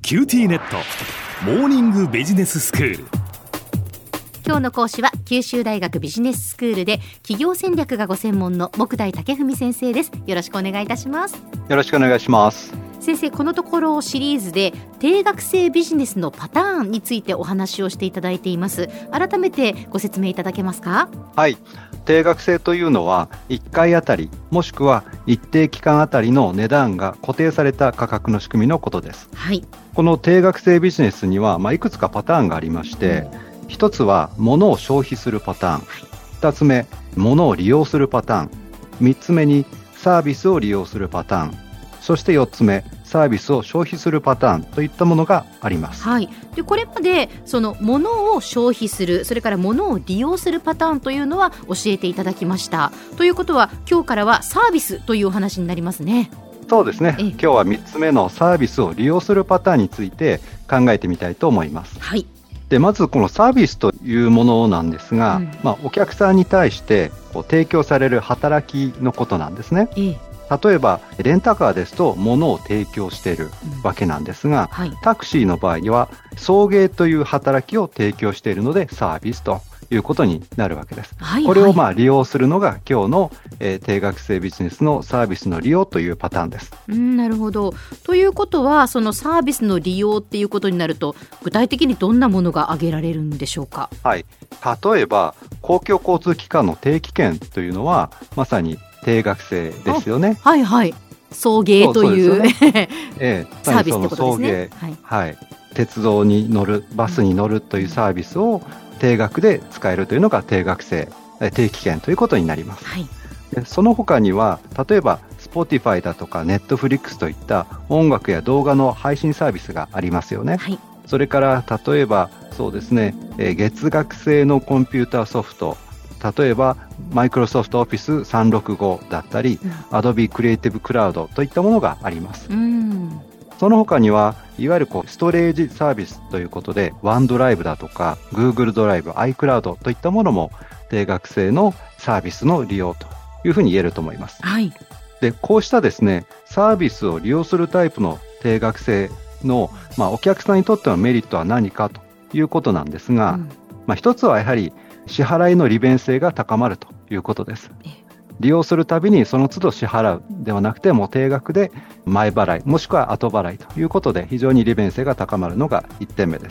キューティーネットモーニングビジネススクール。 今日の講師は九州大学ビジネススクールで企業戦略がご専門の杢代武文先生です。よろしくお願いいたします。 よろしくお願いします。 先生、このところシリーズで定額制ビジネスのパターンについてお話をしていただいています。改めてご説明いただけますか？ はい、定額制というのは1回あたりもしくは一定期間あたりの値段が固定された価格の仕組みのことです。 はい、 この定額制ビジネスには、いくつかパターンがありまして、一つは物を消費するパターン、二つ目物を利用するパターン、三つ目にサービスを利用するパターン、そして4つ目サービスを消費するパターンといったものがあります。 はい、でこれまでその物を消費する、それから物を利用するパターンというのは教えていただきました。ということは今日からはサービスというお話になりますね。 そうですね。今日は3つ目のサービスを利用するパターンについて考えてみたいと思います。 はい、 でまずこのサービスというものなんですが、お客さんに対して提供される働きのことなんですね。例えばレンタカーですと物を提供しているわけなんですが、タクシーの場合には送迎という働きを提供しているのでサービスということになるわけです。これを利用するのが今日の、定額制ビジネスのサービスの利用というパターンです。 なるほど。ということはそのサービスの利用っていうことになると具体的にどんなものが挙げられるんでしょうか？ はい、例えば公共交通機関の定期券というのはまさに定額制ですよね。 はいはい、送迎というサービスってことですね。 鉄道に乗る、バスに乗るというサービスを定額で使えるというのが定額制、定期券ということになります。でその他には例えば Spotify だとか Netflix といった音楽や動画の配信サービスがありますよね。それから例えばそうですね、月額制のコンピューターソフト、例えばマイクロソフトオフィス365だったり、Adobe Creative Cloud といったものがあります。その他にはいわゆるストレージサービスということで OneDrive だとか Google ドライブ、iCloud といったものも定額制のサービスの利用というふうに言えると思います。でこうしたですねサービスを利用するタイプの定額制の、お客さんにとってのメリットは何かということなんですが、一つはやはり支払いの利便性が高まるということです。利用するたびにその都度支払うではなくても定額で前払いもしくは後払いということで非常に利便性が高まるのが1点目です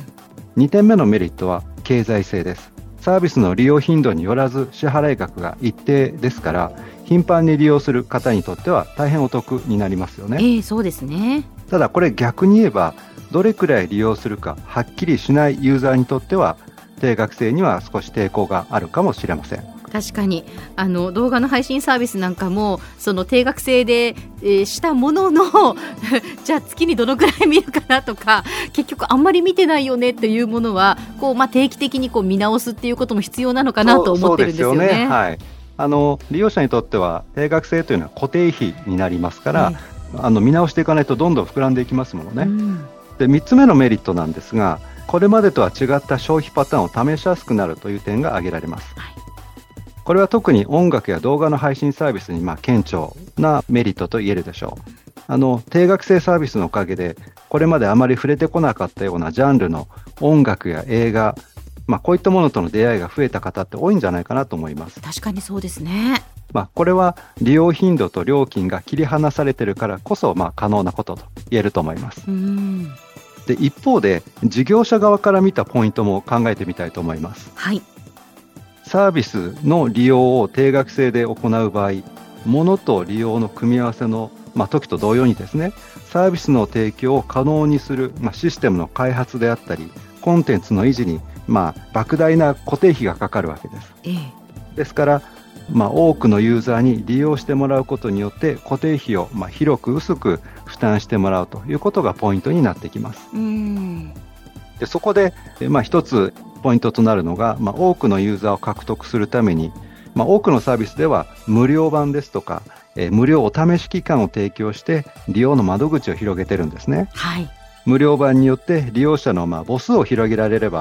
。2点目のメリットは経済性です。サービスの利用頻度によらず支払い額が一定ですから頻繁に利用する方にとっては大変お得になりますよね。 そうですね。 ただこれ逆に言えばどれくらい利用するかはっきりしないユーザーにとっては定額制には少し抵抗があるかもしれません。 確かに動画の配信サービスなんかもその定額制で、したもののじゃあ月にどのくらい見るかなとか結局あんまり見てないよねっていうものは定期的に見直すっていうことも必要なのかなと思ってるんですよね。 そうですよね。利用者にとっては定額制というのは固定費になりますから、見直していかないとどんどん膨らんでいきますものね。で3つ目のメリットなんですがこれまでとは違った消費パターンを試しやすくなるという点が挙げられます。これは特に音楽や動画の配信サービスに顕著なメリットと言えるでしょう。定額制サービスのおかげでこれまであまり触れてこなかったようなジャンルの音楽や映画、こういったものとの出会いが増えた方って多いんじゃないかなと思います。 確かにそうですね。 これは利用頻度と料金が切り離されているからこそ可能なことと言えると思います。で一方で事業者側から見たポイントも考えてみたいと思います。サービスの利用を定額制で行う場合、物と利用の組み合わせの、時と同様にですね、サービスの提供を可能にする、システムの開発であったり、コンテンツの維持に、莫大な固定費がかかるわけです。ですから、多くのユーザーに利用してもらうことによって固定費を、広く薄く負担してもらうということがポイントになってきます。でそこで、一つポイントとなるのが、多くのユーザーを獲得するために、多くのサービスでは無料版ですとか、無料お試し期間を提供して利用の窓口を広げてるんですね。無料版によって利用者の母数を広げられれば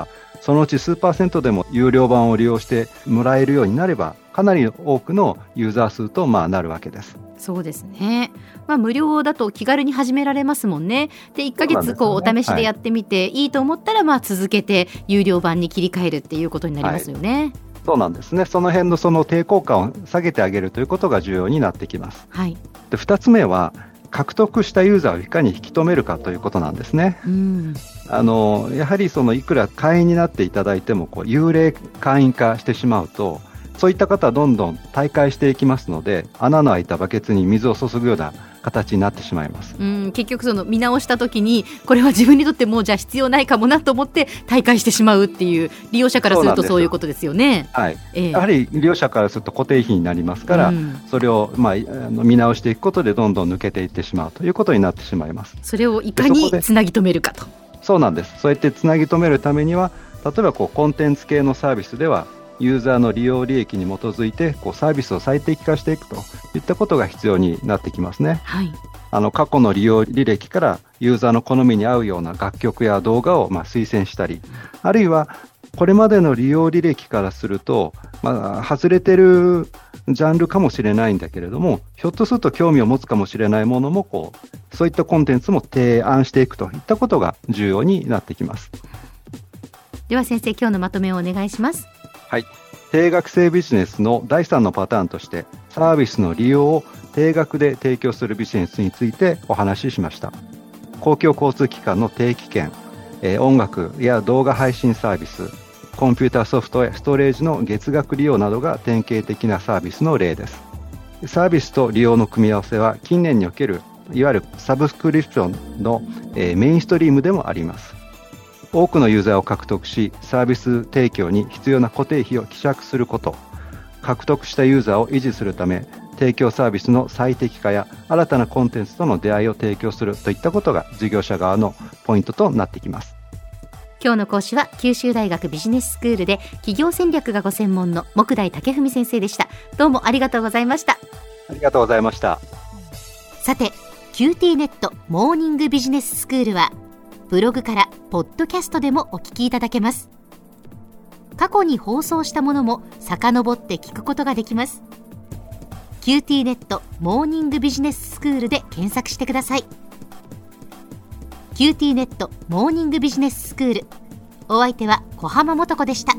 そのうち数%でも有料版を利用してもらえるようになれば、かなり多くのユーザー数となるわけです。 そうですね、無料だと気軽に始められますもんね。で1ヶ月お試しでやってみて、いいと思ったら続けて有料版に切り替えるっていうことになりますよね。 そうなんですね。その辺のその抵抗感を下げてあげるということが重要になってきます。で2つ目は、獲得したユーザーをいかに引き止めるかということなんですね。やはりいくら会員になっていただいても幽霊会員化してしまうと、そういった方はどんどん退会していきますので、穴の開いたバケツに水を注ぐような形になってしまいます。 結局見直した時に、これは自分にとってもうじゃあ必要ないかもなと思って退会してしまうっていう、利用者からするとそういうことですよね。 やはり利用者からすると固定費になりますから、それを見直していくことでどんどん抜けていってしまうということになってしまいます。 それをいかにつなぎ止めるかと。 そうなんです。そうやってつなぎ止めるためには、例えばコンテンツ系のサービスではユーザーの利用利益に基づいてサービスを最適化していくといったことが必要になってきますね。過去の利用履歴からユーザーの好みに合うような楽曲や動画を推薦したり、あるいはこれまでの利用履歴からすると、外れてるジャンルかもしれないんだけれども、ひょっとすると興味を持つかもしれないものもそういったコンテンツも提案していくといったことが重要になってきます。 では先生、今日のまとめをお願いします。 定額制ビジネスの第3のパターンとして、サービスの利用を定額で提供するビジネスについてお話ししました。公共交通機関の定期券、音楽や動画配信サービス、コンピューターソフトやストレージの月額利用などが典型的なサービスの例です。サービスと利用の組み合わせは近年におけるいわゆるサブスクリプションの、メインストリームでもあります。多くのユーザーを獲得し、サービス提供に必要な固定費を希釈すること、獲得したユーザーを維持するため、提供サービスの最適化や新たなコンテンツとの出会いを提供するといったことが事業者側のポイントとなってきます。 今日の講師は九州大学ビジネススクールで企業戦略がご専門の杢代武文先生でした。どうもありがとうございました。 ありがとうございました。 さて、QT ネットモーニングビジネススクールはブログからポッドキャストでもお聞きいただけます。過去に放送したものも遡って聞くことができます。QT ネットモーニングビジネススクールで検索してください。QT ネットモーニングビジネススクール、お相手は小浜もとこでした。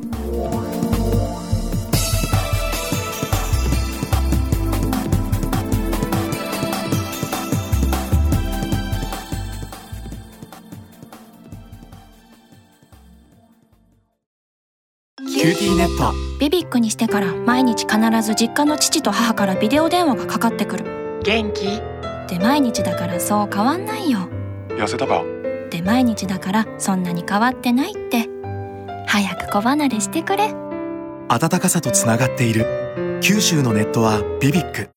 QT ネットビビックにしてから毎日必ず実家の父と母からビデオ電話がかかってくる。 元気で毎日だからそう変わんないよ。 痩せたかで毎日だからそんなに変わってないって。早く子離れしてくれ。 温かさとつながっている九州のネットはビビック。